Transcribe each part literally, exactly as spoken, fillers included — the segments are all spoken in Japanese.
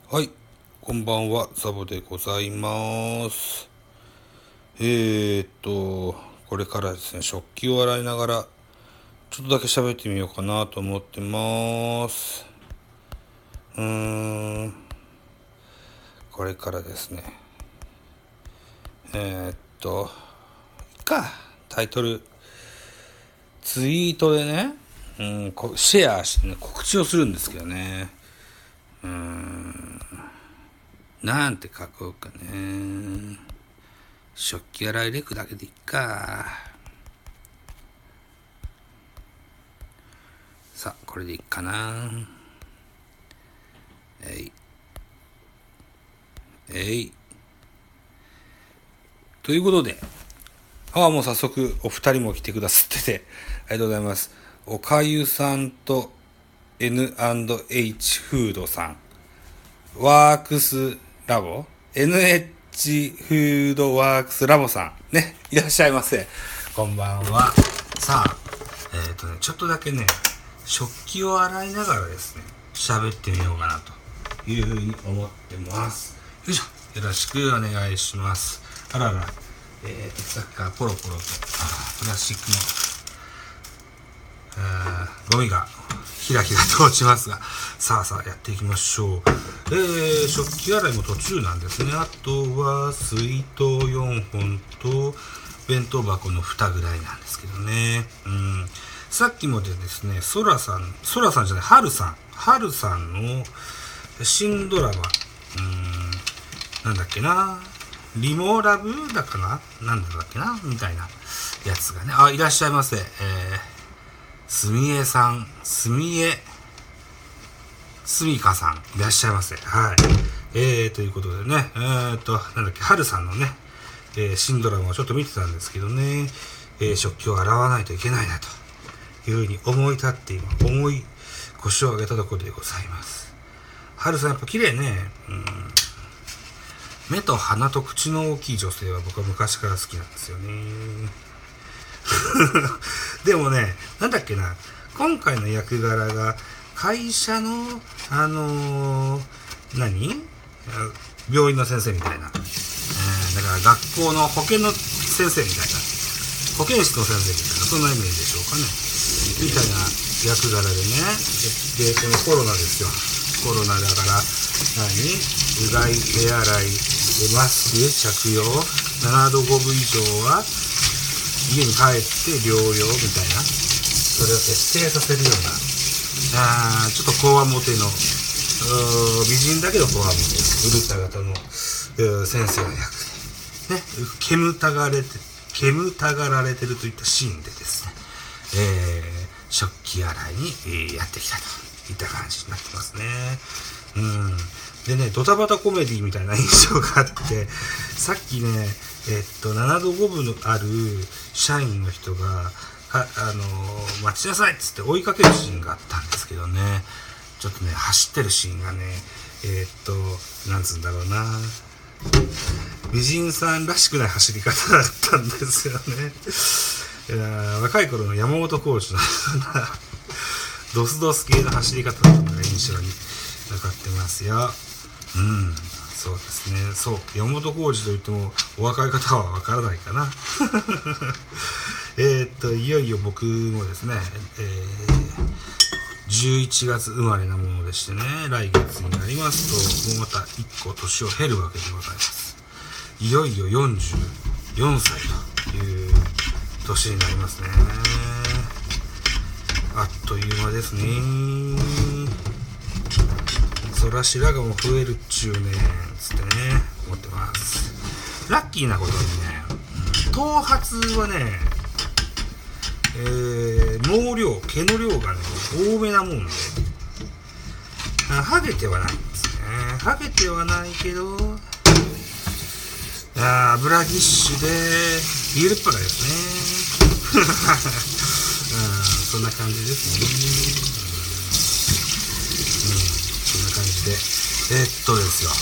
はい、こんばんは、ザボでございます。えーっと、これからですね、食器を洗いながら、ちょっとだけ喋ってみようかなと思ってます。うーん、これからですね、えーっと、いっか、タイトル、ツイートでね、うん、こシェアしてね、告知をするんですけどね、うーん、なんて書こうかね。食器洗いレクだけでいっか。さあ、これでいいかな。えい、えい。ということで、ああ、もう早速お二人も来てくださってて、ありがとうございます。おかゆさんと エヌアンドエイチ フードさん、ワークスラボ エヌエイチ フードワークスラボさん、ね、いらっしゃいませ。こんばんは。さあ、えっ、ー、とね、ちょっとだけね、食器を洗いながらですね、喋ってみようかなというふうに思ってます。よいしょ、よろしくお願いします。あらら、えーと、さっきからポロポロと、プラスチックの、ゴミがひらひらと落ちますが、さあさあやっていきましょう。えー、食器洗いも途中なんですね。あとは水筒よんほんと弁当箱の蓋ぐらいなんですけどね。うん。さっきもでですね、ソラさん、ソラさんじゃない、ハルさん、ハルさんの新ドラマ、うーん、なんだっけな、リモラブだかな、なんだっけな、みたいなやつがね、あ、いらっしゃいませ。えー、すみえさん、すみえ、すみかさん、いらっしゃいませ。はい。えー、ということでね、えーと、なんだっけ、はるさんのね、えー、新ドラマをちょっと見てたんですけどね、えー、食器を洗わないといけないなというふうに思い立って今、思い腰を上げたところでございます。はるさんやっぱ綺麗ね。うん、目と鼻と口の大きい女性は僕は昔から好きなんですよね。でもね、なんだっけな、今回の役柄が会社の、あのー、何病院の先生みたいな。えー、だから学校の保健の先生みたいな。保健室の先生みたいな、そんなイメージでしょうかね。みたいな役柄でね。で、このコロナですよ。コロナだから、何うがい、手洗い、マスク着用、ななどごぶ以上は家に帰って療養みたいな、それを徹底させるような、あちょっとこわもての美人だけどこわもてのうるさ型の先生の役でね、煙たがれて煙たがられてるといったシーンでですね、えー、食器洗いに、えー、やってきたといった感じになってますね。うんでね、ドタバタコメディみたいな印象があって、さっきね、えっと、ななどごぶのある社員の人が、はあのー、待ちなさいっつって追いかけるシーンがあったんですけどね、ちょっとね、走ってるシーンがね、えー、っと、なんつうんだろうな、美人さんらしくない走り方だったんですよね。いや若い頃の山本浩二のドスドス系の走り方というのが印象に残ってますよ。うん、そうですね。そう、山本浩二といってもお若い方はわからないかな。えっといよいよ僕もですね、えー、じゅういちがつ生まれなものでしてね、来月になりますともうまたいっこ年を経るわけでございます。いよいよよんじゅうよんさいという年になりますね。あっという間ですね。そら白髪も増えるっちゅうねつってね思ってます。ラッキーなことにね、頭髪はね、えー、毛量毛の量がね多めなもんで、ハゲてはないんですね。ハゲてはないけど、あ油ぎっしゅでゆるっぱらですね。うん、そんな感じですね。でえー、っとですよ、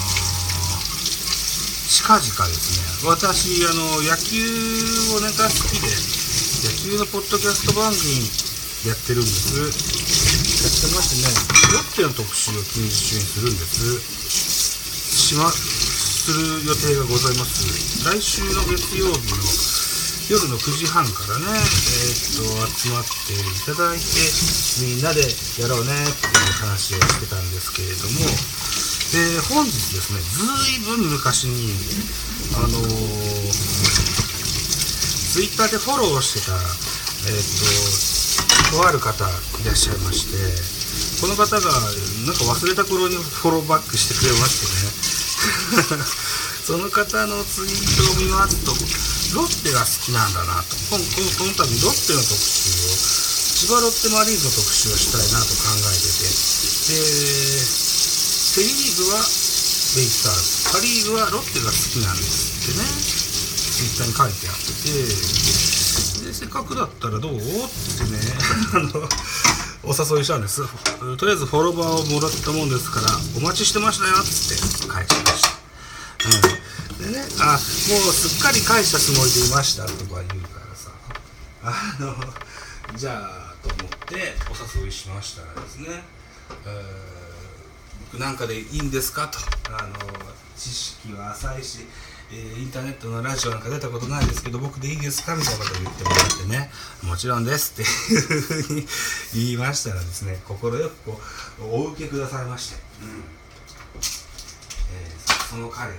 近々ですね、私あの野球をなんか好きで野球のポッドキャスト番組やってるんです。 してましてね、ロッテの特集を近日中にするんです。しま、する予定がございます。来週の月曜日の夜のくじはんからね、えー、っと、集まっていただいて、みんなでやろうねっていう話をしてたんですけれども、で、本日ですね、ずいぶん昔に、あのー、ツイッターでフォローしてた、えー、っと、とある方いらっしゃいまして、この方がなんか忘れた頃にフォローバックしてくれましてね、その方のツイートを見ますと、ロッテが好きなんだなと、このこの度ロッテの特集を、千葉ロッテマリーンズの特集をしたいなと考えてて、で、セ・リーグはベイスターズ、パ・リーグはロッテが好きなんですってね、ツイッターに書いてあってで、せっかくだったらどうってねあのお誘いしたんです。とりあえずフォロワーをもらったもんですからお待ちしてましたよっつって返しました。うん、でね、あ、もうすっかり返したつもりでいましたとか言うからさ、あのじゃあと思ってお誘いしましたらですね、えー僕なんかでいいんですかと、あの知識は浅いし、えー、インターネットのラジオなんか出たことないですけど僕でいいですかみたいなことを言ってもらってね、もちろんですっていうふうに言いましたらですね、快くこうお受けくださいまして、うんえー、その彼が、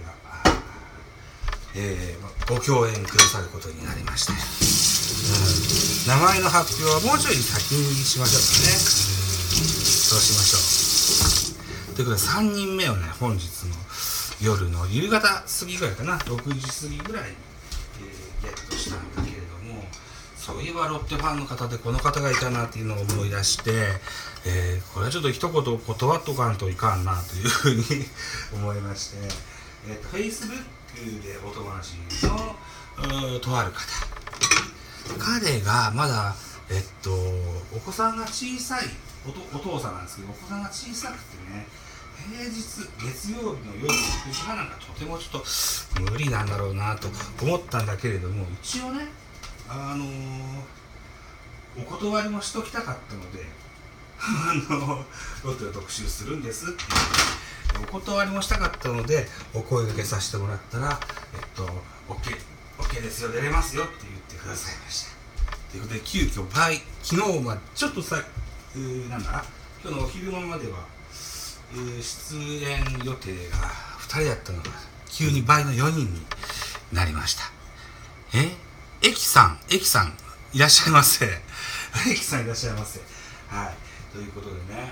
えー、ご共演くださることになりまして、うん、名前の発表はもうちょい先にしましょうかね、うん、そうしましょう。ということでさんにんめをね、本日の夜の夕方過ぎぐらいかな、ろくじ過ぎぐらいに、えー、ゲットしたんだけれども、そういえばロッテファンの方でこの方がいたなっていうのを思い出して、えー、これはちょっと一言断っとかんといかんなというふうに思いまして、えー、と Facebook でお友達のとある方、彼がまだえっとお子さんが小さい お, お父さんなんですけど、お子さんが小さくてね、平日月曜日の夜のくじはんなんかとてもちょっと無理なんだろうなと思ったんだけれども、一応ね、あのー、お断りもしときたかったのであのロッテの特集するんですってお断りもしたかったのでお声掛けさせてもらったら、えっと OK, OK ですよ、出れますよって言ってくださいました。ということで急遽倍、昨日はちょっとさ、えー、なんだ今日のお昼間までは、えー、出演予定がふたりだったのが急に倍のよにんになりました。えエキさん、エキさんいらっしゃいませエキさんいらっしゃいませ。はい、ということでね、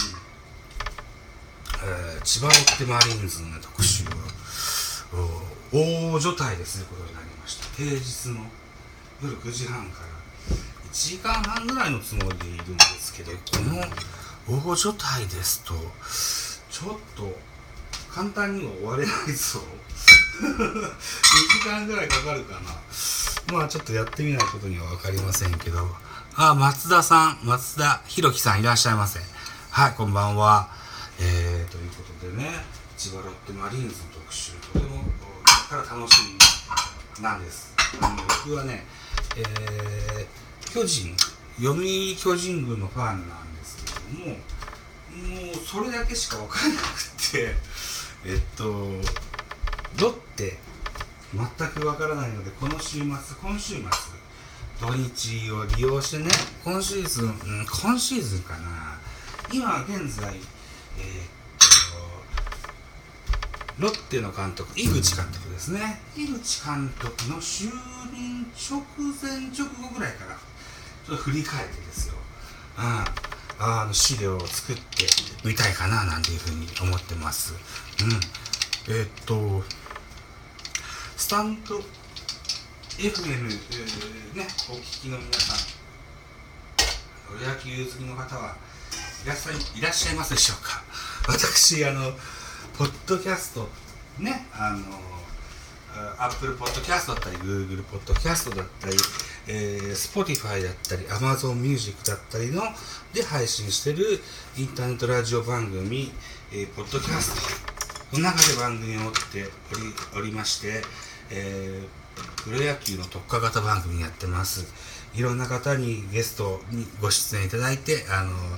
うんえー、千葉ロッテマリーンズの、ね、特集を大所帯ですることになりました。平日の夜くじはんからいちじかんはんぐらいのつもりでいるんですけど、この大所帯ですとちょっと簡単には終われないぞにじかんぐらいかかるかな。まあちょっとやってみないことには分かりませんけど、あ、松田さん、松田博樹さんいらっしゃいませ。はい、こんばんは。えー、ということでね、千葉ロッテマリーンズの特集、とてもから楽しみなんです。あの僕はね、えー、巨人、読売巨人軍のファンなんですけれども、もうそれだけしか分からなくて、えっと、ロッテ、全く分からないので、この週末、今週末、土日を利用してね、今シーズン、うん、今シーズンかな、今現在、えー、っと、ロッテの監督、井口監督ですね、井口監督の就任直前、直後ぐらいから、ちょっと振り返ってですよ、あああの資料を作ってみたいかななんていうふうに思ってます。うん、えー、っと、スタンド エフエム、えー、ね、お聞きの皆さん、プロ野球好きの方はいらっしゃい、いらっしゃいますでしょうか。私、あの、ポッドキャスト、ね、あの、Apple Podcast だったり、Google Podcast だったり、えー、Spotify だったり、Amazon Music だったりので配信しているインターネットラジオ番組、えー、ポッドキャストの中で番組を持っており、おりまして、えー、プロ野球の特化型番組やってます。いろんな方にゲストにご出演いただいて、あの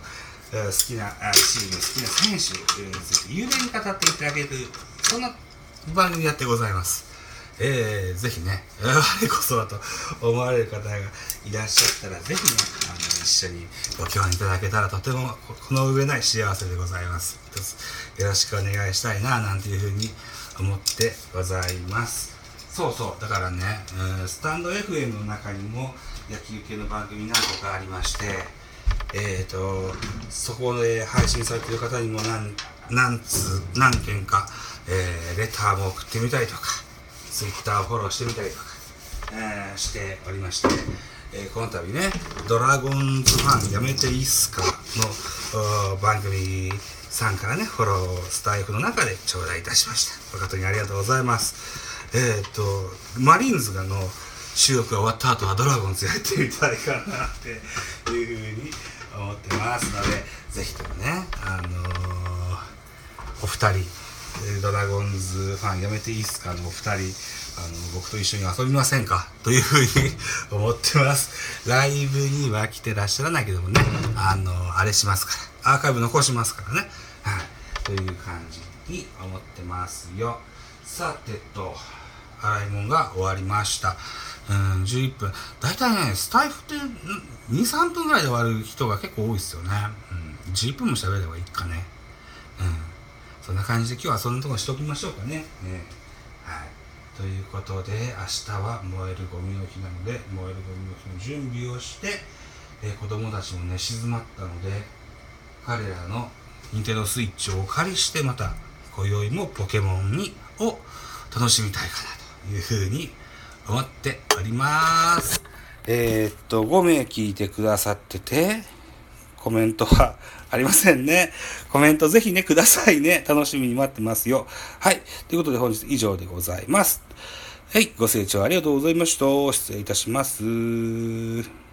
えー好きなあチーム、好きな選手について有名に語っていただける、そんな番組やってございます。えー、ぜひね、我こそはと思われる方がいらっしゃったら、ぜひね、あの一緒にご共演いただけたらとてもこの上ない幸せでございます。よろしくお願いしたいな、なんていうふうに思ってございます。そうそう、だからね、えー、スタンド エフエム の中にも野球系の番組何個かありまして、えーと、そこで配信されている方にも何、何通、何件か、えー、レターも送ってみたりとか、ツイッターをフォローしてみたりとか、えー、しておりまして、えー、この度ね、ドラゴンズファンやめていいっすかの番組さんからね、フォロースタイフの中で頂戴いたしました。誠にありがとうございます。えっ、ー、と、マリーンズがの収録が終わった後はドラゴンズやってみたいかなっていうふうに思ってますので、ぜひともね、あのー、お二人、ドラゴンズファンやめていいっすかのお二人、あの僕と一緒に遊びませんかというふうに思ってます。ライブには来てらっしゃらないけどもね、あのあれしますから、アーカイブ残しますからね、はい、という感じに思ってますよ。さてと、洗い物が終わりました。うん、じゅういっぷん。だいたいね、スタイフってに、さんぷんぐらいで終わる人が結構多いですよね。うん、じゅういっぷんも喋ればいいかね。うん。そんな感じで今日はそんなところにしておきましょうかね。ね、はい。ということで、明日は燃えるゴミの日なので、燃えるゴミの日の準備をして、えー、子供たちもね、静まったので、彼らのニンテンドースイッチをお借りして、また、今宵もポケモンにを楽しみたいかなというふうに思っております。えー、っと、ごめい聞いてくださってて、コメントはありませんね。コメントぜひね、くださいね。楽しみに待ってますよ。はい。ということで本日以上でございます。はい。ご清聴ありがとうございました。失礼いたします。